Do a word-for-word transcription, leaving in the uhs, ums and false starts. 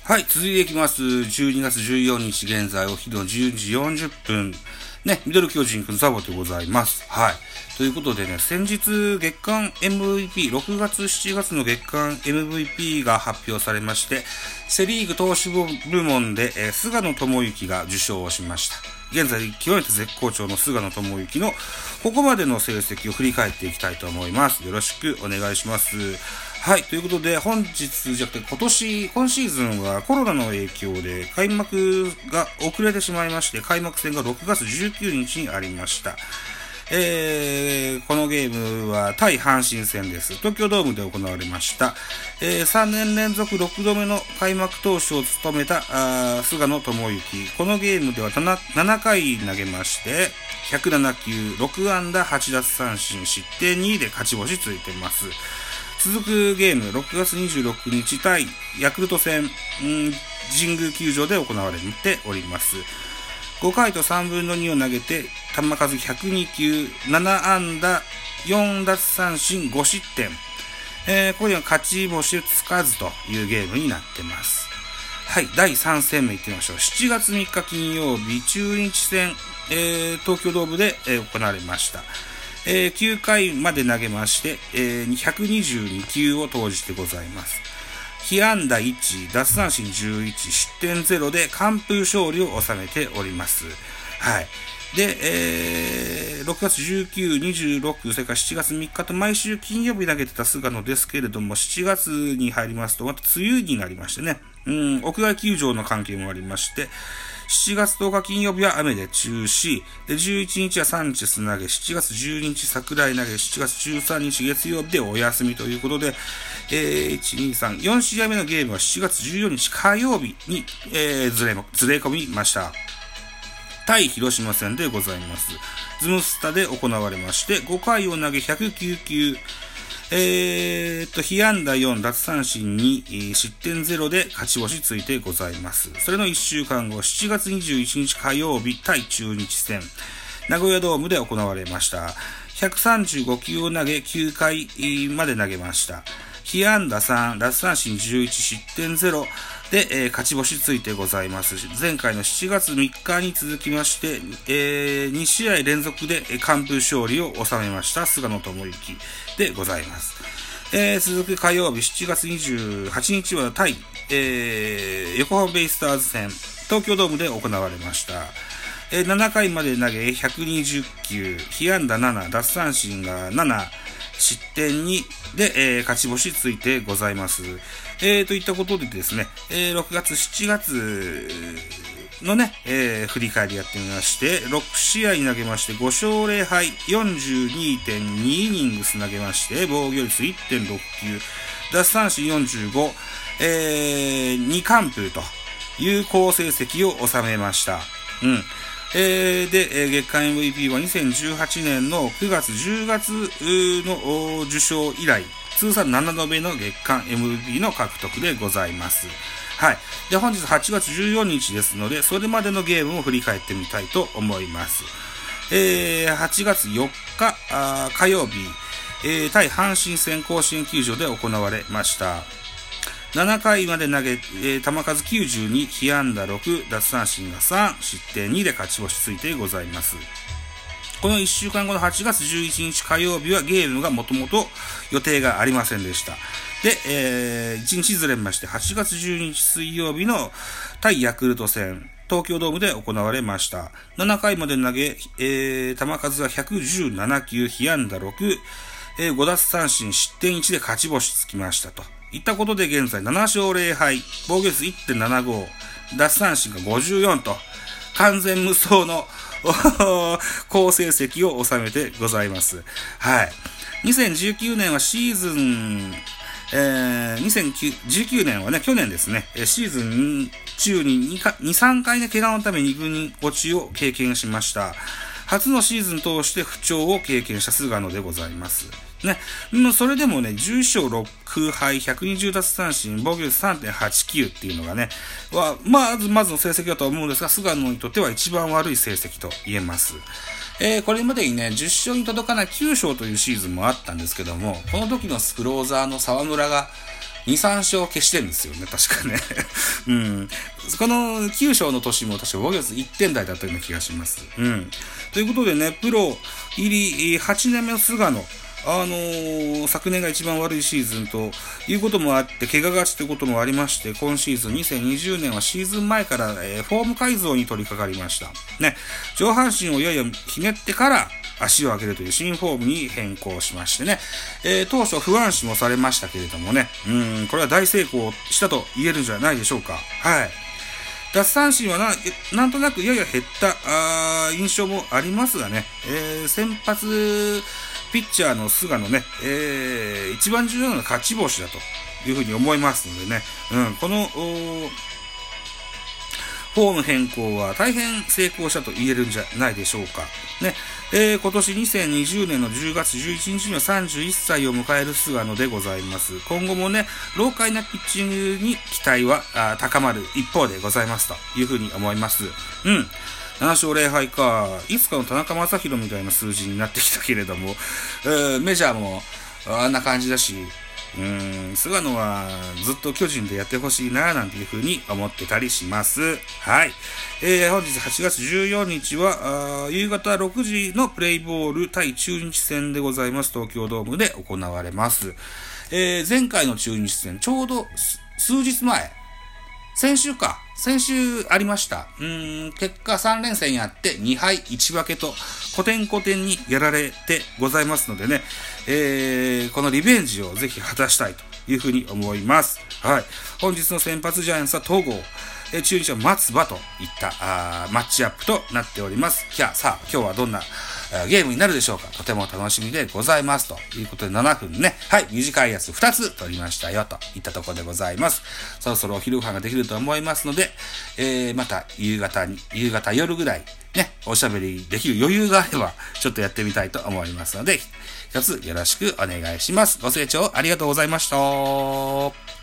はい、続いていきます。じゅうにがつじゅうよっか現在お昼のじゅうじよんじゅっぷん。ね、ミドル巨人くんザボでございます。はい。ということでね、先日月間 エムブイピー、ろくがつしちがつの月間 エムブイピー が発表されまして、セリーグ投手部門で、えー、菅野智之が受賞をしました。現在極めて絶好調の菅野智之のここまでの成績を振り返っていきたいと思います。よろしくお願いします。はい、ということで本日じゃなくて今年、今シーズンはコロナの影響で開幕が遅れてしまいまして、開幕戦がろくがつじゅうくにちにありました。えー、このゲームは対阪神戦です。東京ドームで行われました。えー、さんねん連続ろくどめの開幕投手を務めたあ菅野智之。このゲームでは 7, ななかい投げまして、ひゃくななきゅう、ろくあんだはちだつさんしん、失点にで勝ち星ついてます。続くゲーム、ろくがつにじゅうろくにち対ヤクルト戦、ん神宮球場で行われております。ごかいとさんぶんのにを投げて、球数ひゃくにきゅう、ななあんだ、よんだつさんしん、ごしってん。えー、ここでは勝ち星つかずというゲームになってます。はい、だいさん戦目いってみましょう。しちがつみっか金曜日、中日戦、えー、東京ドームで、えー、行われました。えー、きゅうかいまで投げまして、えー、ひゃくにじゅうにきゅうを投じてございます。被安打いち、奪三振じゅういち、失点ゼロで完封勝利を収めております。はい。で、えー、ろくがつじゅうく、にじゅうろく、それからしちがつみっかと毎週金曜日投げてた菅野ですけれども、しちがつに入りますとまた梅雨になりましてね、うん、屋外球場の関係もありまして、しちがつとおか金曜日は雨で中止。で、じゅういちにちはサンチェス投げ、しちがつじゅうににち桜井投げ、しちがつじゅうさんにち月曜日でお休みということで、えー、いち、に、さん、よん試合目のゲームはしちがつじゅうよっか火曜日に、えー、ずれも、ずれ込みました。対広島戦でございます。ズムスタで行われまして、ごかいを投げひゃくきゅうきゅう、えー、っと、被安打よん、奪三振に、失点ゼロで勝ち星ついてございます。それのいっしゅうかんご、しちがつにじゅういちにち火曜日、対中日戦、名古屋ドームで行われました。ひゃくさんじゅうごきゅうを投げ、きゅうかいまで投げました。被安打さん、奪三振じゅういち、失点ゼロで、えー、勝ち星ついてございます。前回のしちがつみっかに続きまして、えー、にしあい連続で完封勝利を収めました菅野智之でございます。えー、続く火曜日しちがつにじゅうはちにちは対、えー、横浜ベイスターズ戦、東京ドームで行われました。えー、ななかいまで投げひゃくにじゅっきゅう、被安打なな、奪三振がなな、失点にで、えー、勝ち星ついてございます。えー、といったことでですね、えー、ろくがつ、しちがつのね、えー、振り返りやってみまして、ろくしあい投げまして、ごしょうぜろはい、よんじゅうにてんに イニングス投げまして、防御率 いってんろくきゅう、奪三振よんじゅうご、えー、に完封という好成績を収めました。うん。えー、で、えー、月間 エムブイピー はにせんじゅうはちねんのくがつ、じゅうがつの受賞以来、通算ななどめの月間 エムブイピー の獲得でございます。はい。で、本日はちがつじゅうよっかですので、それまでのゲームを振り返ってみたいと思います。えー、はちがつよっかあ火曜日、えー、対阪神戦甲子園球場で行われました。ななかいまで投げ、えー、球数きゅうじゅうに、被安打ろく、奪三振がさん、失点にで勝ち星ついてございます。このいっしゅうかんごのはちがつじゅういちにち火曜日はゲームがもともと予定がありませんでした。で、えー、いちにちずれまして、はちがつじゅうににち水曜日の対ヤクルト戦、東京ドームで行われました。ななかいまで投げ、えー、球数がひゃくじゅうななきゅう、被安打ろく、えー、ご奪三振、失点いちで勝ち星つきましたと。いったことで現在ななしょうぜろはい、防御率 いってんななご、奪三振がごじゅうよんと、完全無双の好成績を収めてございます。はい。にせんじゅうきゅうねんはシーズン、えー、にせんじゅうきゅうねんはね、去年ですね、シーズン中に に、さんかいね、怪我のために軍落ちを経験しました。初のシーズン通して不調を経験した菅野でございます。ね。それでもね、じゅういっしょうろくはい、ひゃくにじゅう奪三振、防御率 さんてんはちきゅう っていうのがね、は、まず、まずの成績だとは思うんですが、菅野にとっては一番悪い成績と言えます。えー、これまでにね、じゅっしょうに届かないきゅうしょうというシーズンもあったんですけども、この時のスクローザーの沢村が、 に、さん勝消してるんですよね、確かね。うん。このきゅう勝の年も確か防御率いってん台だったような気がします。うん。ということでね、プロ入りはちねんめの菅野、あのー、昨年が一番悪いシーズンということもあって、怪我がちということもありまして、今シーズンにせんにじゅうねんはシーズン前から、えー、フォーム改造に取り掛かりました。ね、上半身をややひねってから足を上げるという新フォームに変更しましてね、えー、当初不安視もされましたけれどもね、うん、これは大成功したと言えるんじゃないでしょうか。はい。奪三振はな、なんとなくやや減ったあ印象もありますがね、えー、先発ピッチャーの菅野ね、えー、一番重要なのは勝ち星だというふうに思いますのでね、うん、このフォーム変更は大変成功したと言えるんじゃないでしょうか。ね、えー、今年にせんにじゅうねんのじゅうがつじゅういちにちにはさんじゅういっさいを迎える菅野でございます。今後もね、老快なピッチングに期待は高まる一方でございますというふうに思います。うん。なな勝ぜろ敗か。いつかの田中将大みたいな数字になってきたけれども、えー、メジャーもあんな感じだし、うーん、菅野はずっと巨人でやってほしいななんていうふうに思ってたりします。はい。えー、本日はちがつじゅうよっかは夕方ろくじのプレイボール対中日戦でございます。東京ドームで行われます。えー、前回の中日戦、ちょうど数日前、先週か。先週ありました。うーん、結果さん連戦やってに敗いち分けと、コテンコテンにやられてございますのでね、えー、このリベンジをぜひ果たしたいというふうに思います。はい。本日の先発ジャイアンツは戸郷、えー、中日は松葉といったあマッチアップとなっております。じゃあさあ、今日はどんなゲームになるでしょうか。とても楽しみでございますということでななふんね、はい、短いやつふたつ取りましたよといったところでございます。そろそろお昼ご飯ができると思いますので、えー、また夕方に夕方夜ぐらいね、おしゃべりできる余裕があればちょっとやってみたいと思いますので、一つよろしくお願いします。ご清聴ありがとうございました。